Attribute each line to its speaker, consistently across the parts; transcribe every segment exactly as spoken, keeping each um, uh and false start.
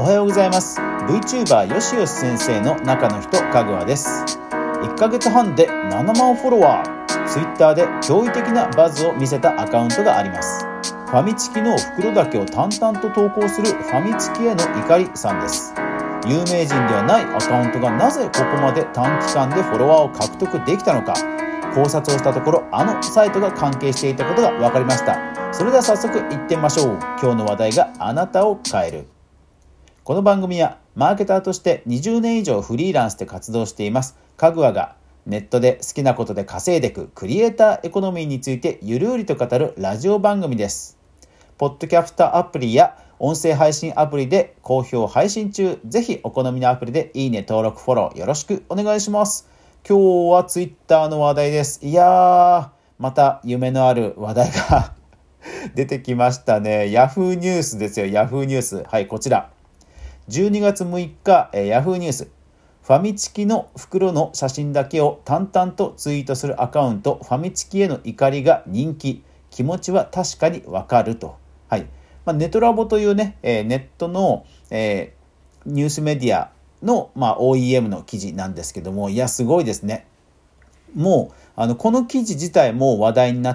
Speaker 1: おはようございます。 VTuber よしよし先生の中の人かぐわです。いっかげつはんでななまんフォロワー、 Twitter で驚異的なバズを見せたアカウントがあります。ファミチキの袋だけを淡々と投稿するファミチキへの怒りさんです。有名人ではないアカウントがなぜここまで短期間でフォロワーを獲得できたのか、考察をしたところ、あのサイトが関係していたことが分かりました。それでは早速いってみましょう。今日の話題があなたを変える。この番組はマーケターとしてにじゅうねん以上フリーランスで活動していますかぐわが、ネットで好きなことで稼いでいくクリエイターエコノミーについてゆるりと語るラジオ番組です。ポッドキャストアプリや音声配信アプリで好評配信中。ぜひお好みのアプリでいいね、登録、フォローよろしくお願いします。今日はツイッターの話題です。いやー、また夢のある話題が出てきましたね。ヤフーニュースですよ。ヤフーニュース。はい、こちら。じゅうにがつむいか、えー、ヤフーニュース。ファミチキの袋の写真だけを淡々とツイートするアカウント、ファミチキへの怒りが人気。気持ちは確かにわかると。はい。まあ、ネトラボというね、えー、ネットの、えー、ニュースメディアの、まあ、オーイーエム の記事なんですけども、いや、すごいですね。もう、あの、この記事自体も話題になって、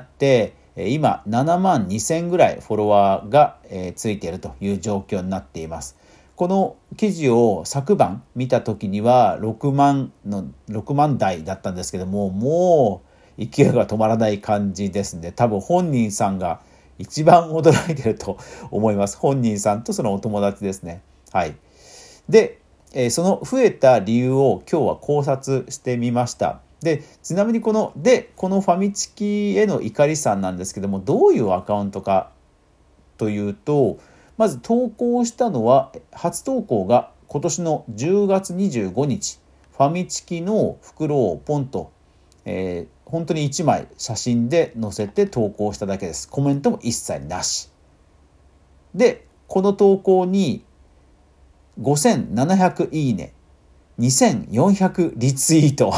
Speaker 1: 今、ななまんにせんぐらいフォロワーが、えー、ついているという状況になっています。この記事を昨晩見た時にはろくまんのろくまん台だったんですけども、もう勢いが止まらない感じですね。多分本人さんが一番驚いてると思います。本人さんとそのお友達ですね。はい。で、えー、その増えた理由を今日は考察してみました。で、ちなみにこのでこのファミチキへの怒りさんなんですけども、どういうアカウントかというと、まず投稿したのは、初投稿が今年のじゅうがつにじゅうごにち、ファミチキの袋をポンと、えー、本当にいちまい写真で載せて投稿しただけです。コメントも一切なし。で、この投稿にごせんななひゃくいいね、にせんよんひゃくリツイート。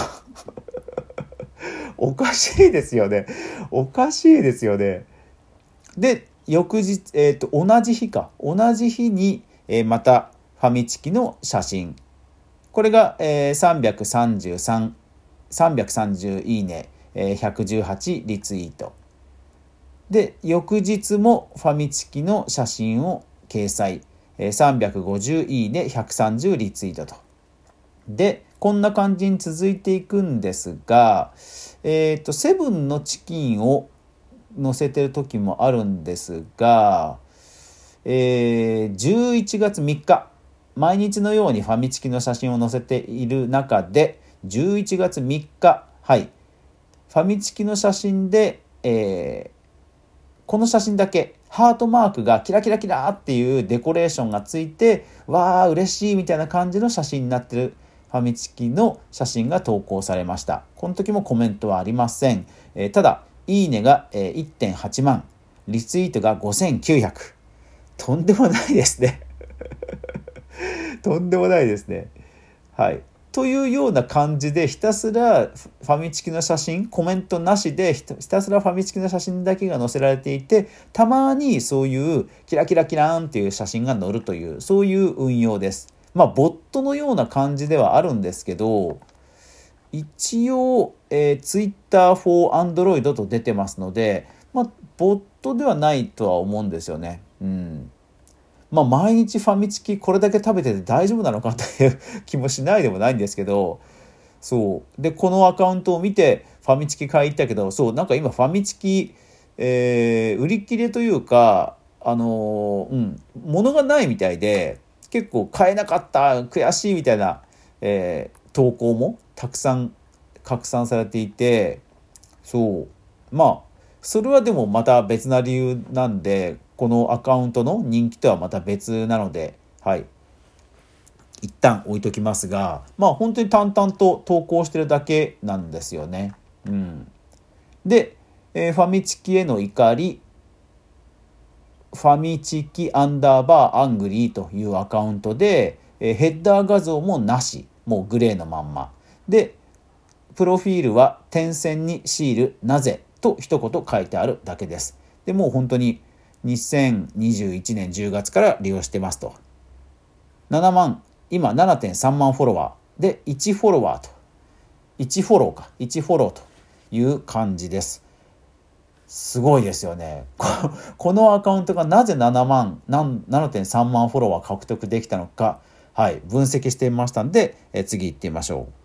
Speaker 1: おかしいですよね。おかしいですよね。で、翌日、えーと、同じ日か。同じ日に、えー、またファミチキの写真。これが、えー、さんびゃくさんじゅうさん、さんびゃくさんじゅういいね、えー、ひゃくじゅうはちリツイート。で、翌日もファミチキの写真を掲載。えー、さんびゃくごじゅういいね、ひゃくさんじゅうリツイートと。で、こんな感じに続いていくんですが、えっと、セブンのチキンを載せてる時もあるんですが、えー、じゅういちがつみっか、毎日のようにファミチキの写真を載せている中で、じゅういちがつみっか、はい、ファミチキの写真で、えー、この写真だけハートマークがキラキラキラっていうデコレーションがついて、わー嬉しいみたいな感じの写真になってるファミチキの写真が投稿されました。この時もコメントはありません。えー、ただいいねが いってんはちまん、リツイートがごせんきゅうひゃく。とんでもないですね。とんでもないですね。はい。というような感じで、ひたすらファミチキの写真、コメントなしでひたすらファミチキの写真だけが載せられていて、たまにそういうキラキラキラーンっていう写真が載るという、そういう運用です。まあボットのような感じではあるんですけど、一応、えー、Twitter for Android と出てますので、まあボットではないとは思うんですよね。うん。まあ毎日ファミチキこれだけ食べてて大丈夫なのかという気もしないでもないんですけど、そうでこのアカウントを見てファミチキ買いに行ったけど、そうなんか今ファミチキ、えー、売り切れというか、あのー、うん物がないみたいで、結構買えなかった悔しいみたいな、えー、投稿もたくさん拡散されていて、そうまあそれはでもまた別な理由なんで、このアカウントの人気とはまた別なので、はい一旦置いときますが、まあ本当に淡々と投稿してるだけなんですよね。うん、で、えー、ファミチキへの怒り、ファミチキアンダーバーアングリーというアカウントで、えー、ヘッダー画像もなし、もうグレーのまんまで、プロフィールは点線にシールなぜと一言書いてあるだけです。でもう本当ににせんにじゅういちねんじゅうがつから利用してますと。 ななまん、今 ななてんさんまんフォロワーでいちフォロワーと、いちフォローか、いちフォローという感じです。すごいですよね。このアカウントがなぜななまん、ななてんさんまんフォロワー獲得できたのか、はい、分析してみましたんで、え次行ってみましょう。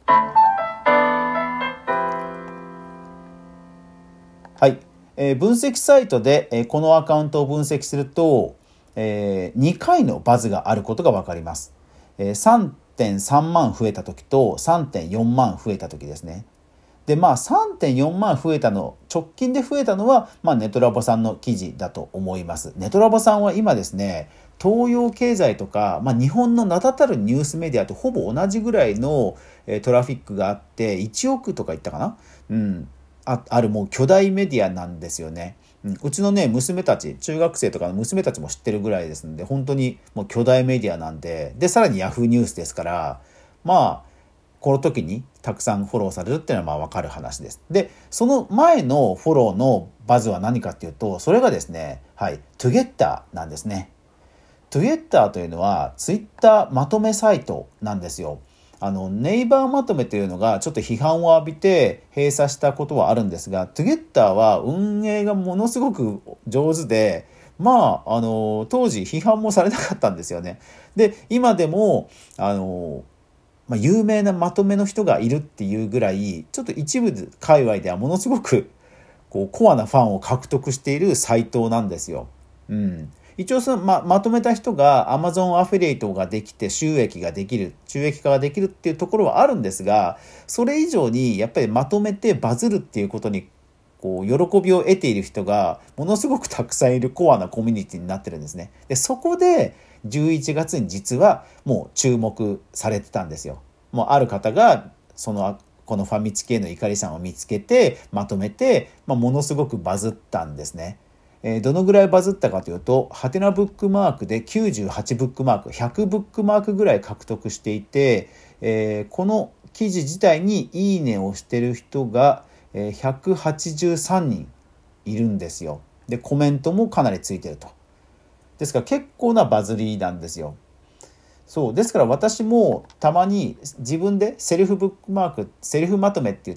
Speaker 1: はい、えー、分析サイトで、えー、このアカウントを分析すると、えー、にかいのバズがあることが分かります。えー、さんてんさんまん増えた時と さんてんよんまん増えた時ですね。でまあ さんてんよんまん増えたの、直近で増えたのは、まあ、ネトラボさんの記事だと思います。ネトラボさんは今ですね、東洋経済とか、まあ、日本の名だたるニュースメディアとほぼ同じぐらいの、えー、トラフィックがあっていちおくとか言ったかな、うん、あ, あるもう巨大メディアなんですよね。うん、うちのね娘たち、中学生とかの娘たちも知ってるぐらいですので、本当にもう巨大メディアなんで、でさらにヤフーニュースですから、まあこの時にたくさんフォローされるっていうのはまあ分かる話です。で、その前のフォローのバズは何かっていうと、それがですね、はい、トゥゲッターなんですね。トゥゲッターというのはツイッターまとめサイトなんですよ。あのネイバーまとめというのがちょっと批判を浴びて閉鎖したことはあるんですが、トゥゲッターは運営がものすごく上手で、まああの当時批判もされなかったんですよね。で、今でもあのまあ、有名なまとめの人がいるっていうぐらい、ちょっと一部界隈ではものすごくこうコアなファンを獲得しているサイトなんですよ。うん、一応その ま, まとめた人が Amazon アフィリエイトができて収益ができる、収益化ができるっていうところはあるんですが、それ以上にやっぱりまとめてバズるっていうことにこう喜びを得ている人がものすごくたくさんいるコアなコミュニティになってるんですね。で、そこでじゅういちがつに実はもう注目されてたんですよ。もうある方がそのこのファミチキへの怒りさんを見つけてまとめて、まあ、ものすごくバズったんですね。えー、どのぐらいバズったかというと、ハテナブックマークできゅうじゅうはちブックマーク、ひゃくブックマークぐらい獲得していて、えー、この記事自体にいいねをしてる人がひゃくはちじゅうさんにんいるんですよ。で、コメントもかなりついてると。ですから結構なバズりなんですよ。そうですから、私もたまに自分でセルフブックマーク、セルフまとめって言って、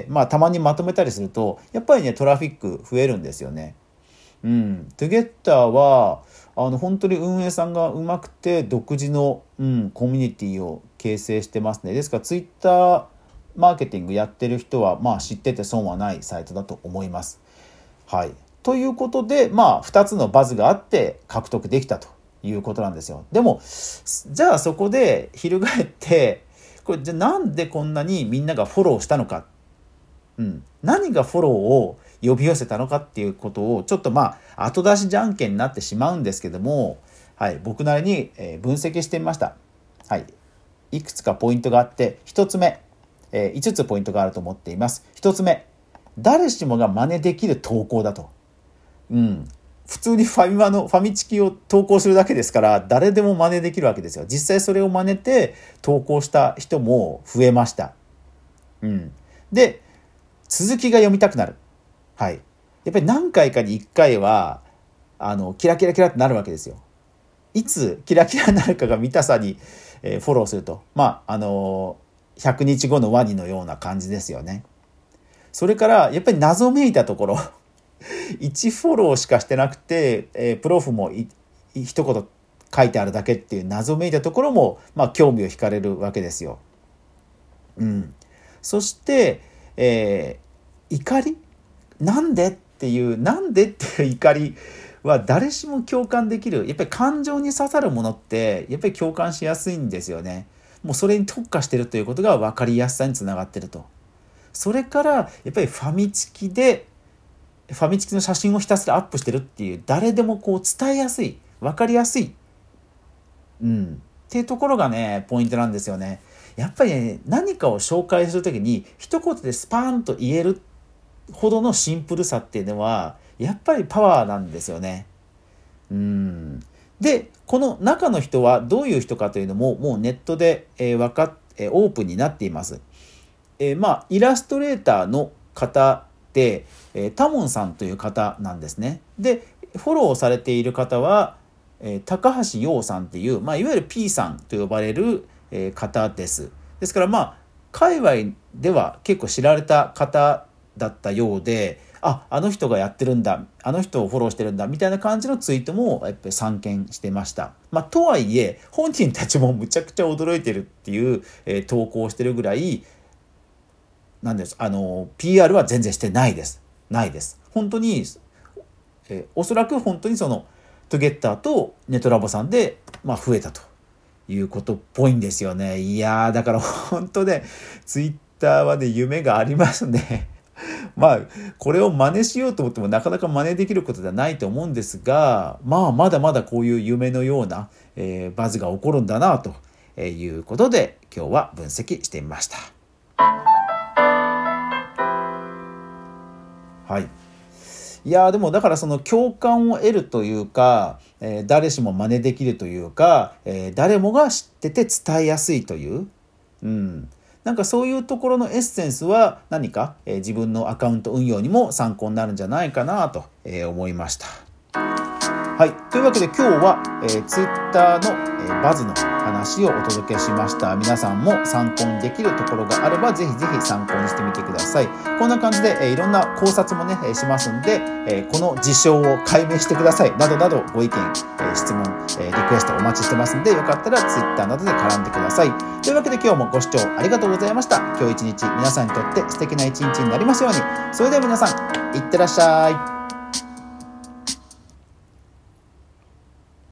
Speaker 1: まあたまにまとめたりすると、やっぱりねトラフィック増えるんですよね。うん、トゥゲッターはあの本当に運営さんがうまくて独自の、うん、コミュニティを形成してますね。ですからツイッターマーケティングやってる人はまあ知ってて損はないサイトだと思います。はい。ということで、まあふたつのバズがあって獲得できたということなんですよ。でもじゃあそこで翻ってこれじゃあなんでこんなにみんながフォローしたのか、うん、何がフォローを呼び寄せたのかっていうことをちょっとまあ後出しじゃんけんになってしまうんですけども、はい、僕なりに分析してみました。はい、いくつかポイントがあって、ひとつめ、えー、いつつポイントがあると思っています。ひとつめ、誰しもが真似できる投稿だと。うん、普通にファミマのファミチキを投稿するだけですから、誰でも真似できるわけですよ。実際それを真似て投稿した人も増えました。うん、で、続きが読みたくなる。はい。やっぱり何回かにいっかいはあのキラキラキラってなるわけですよ。いつキラキラになるかが見たさに、えー、フォローすると、まああのー、ひゃくにちごのワニのような感じですよね。それからやっぱり謎めいたところいちフォローしかしてなくて、えー、プロフもい一言書いてあるだけっていう謎めいたところも、まあ、興味を惹かれるわけですよ。うん、そして、えー、怒りなんでっていうなんでっていう怒りは誰しも共感できる。やっぱり感情に刺さるものってやっぱり共感しやすいんですよね。もうそれに特化してるということが分かりやすさにつながってると。それからやっぱりファミチキでファミチキの写真をひたすらアップしてるっていう、誰でもこう伝えやすい、分かりやすい、うん、っていうところがねポイントなんですよね。やっぱりね、何かを紹介するときに一言でスパーンと言えるほどのシンプルさっていうのはやっぱりパワーなんですよね。うん。で、この中の人はどういう人かというのももうネットで、えー、分かっ、えー、オープンになっています。えー、まあイラストレーターの方で、えー、タモンさんという方なんですね。で、フォローされている方は、 えー、高橋洋さんっていう、まあ、いわゆる P さんと呼ばれる、えー、方です。ですからまあ界隈では結構知られた方だったようで、あ、あの人がやってるんだ、あの人をフォローしてるんだみたいな感じのツイートもやっぱり散見してました。まあ、とはいえ本人たちもむちゃくちゃ驚いてるっていう、えー、投稿をしてるぐらいなんです。あの ピーアール は全然してないですないです本当に、えー、おそらく本当にそのトゥゲッターとネトラボさんで、まあ、増えたということっぽいんですよね。いやーだから本当ねツイッターはね夢がありますねまあこれを真似しようと思ってもなかなか真似できることではないと思うんですが、まあまだまだこういう夢のような、えー、バズが起こるんだなということで今日は分析してみました。はい。いやでもだからその共感を得るというか、えー、誰しも真似できるというか、えー、誰もが知ってて伝えやすいという、うん、なんかそういうところのエッセンスは何か、えー、自分のアカウント運用にも参考になるんじゃないかなと、えー、思いました。はい、というわけで今日は、えー、Twitter の、えー、バズの話をお届けしました。皆さんも参考にできるところがあればぜひぜひ参考にしてみてください。こんな感じで、えー、いろんな考察もね、えー、しますんで、えー、この事象を解明してくださいなどなどご意見、えー、質問、えー、リクエストお待ちしてますんでよかったら Twitter などで絡んでください。というわけで今日もご視聴ありがとうございました。今日一日皆さんにとって素敵な一日になりますように。それでは皆さんいってらっしゃい。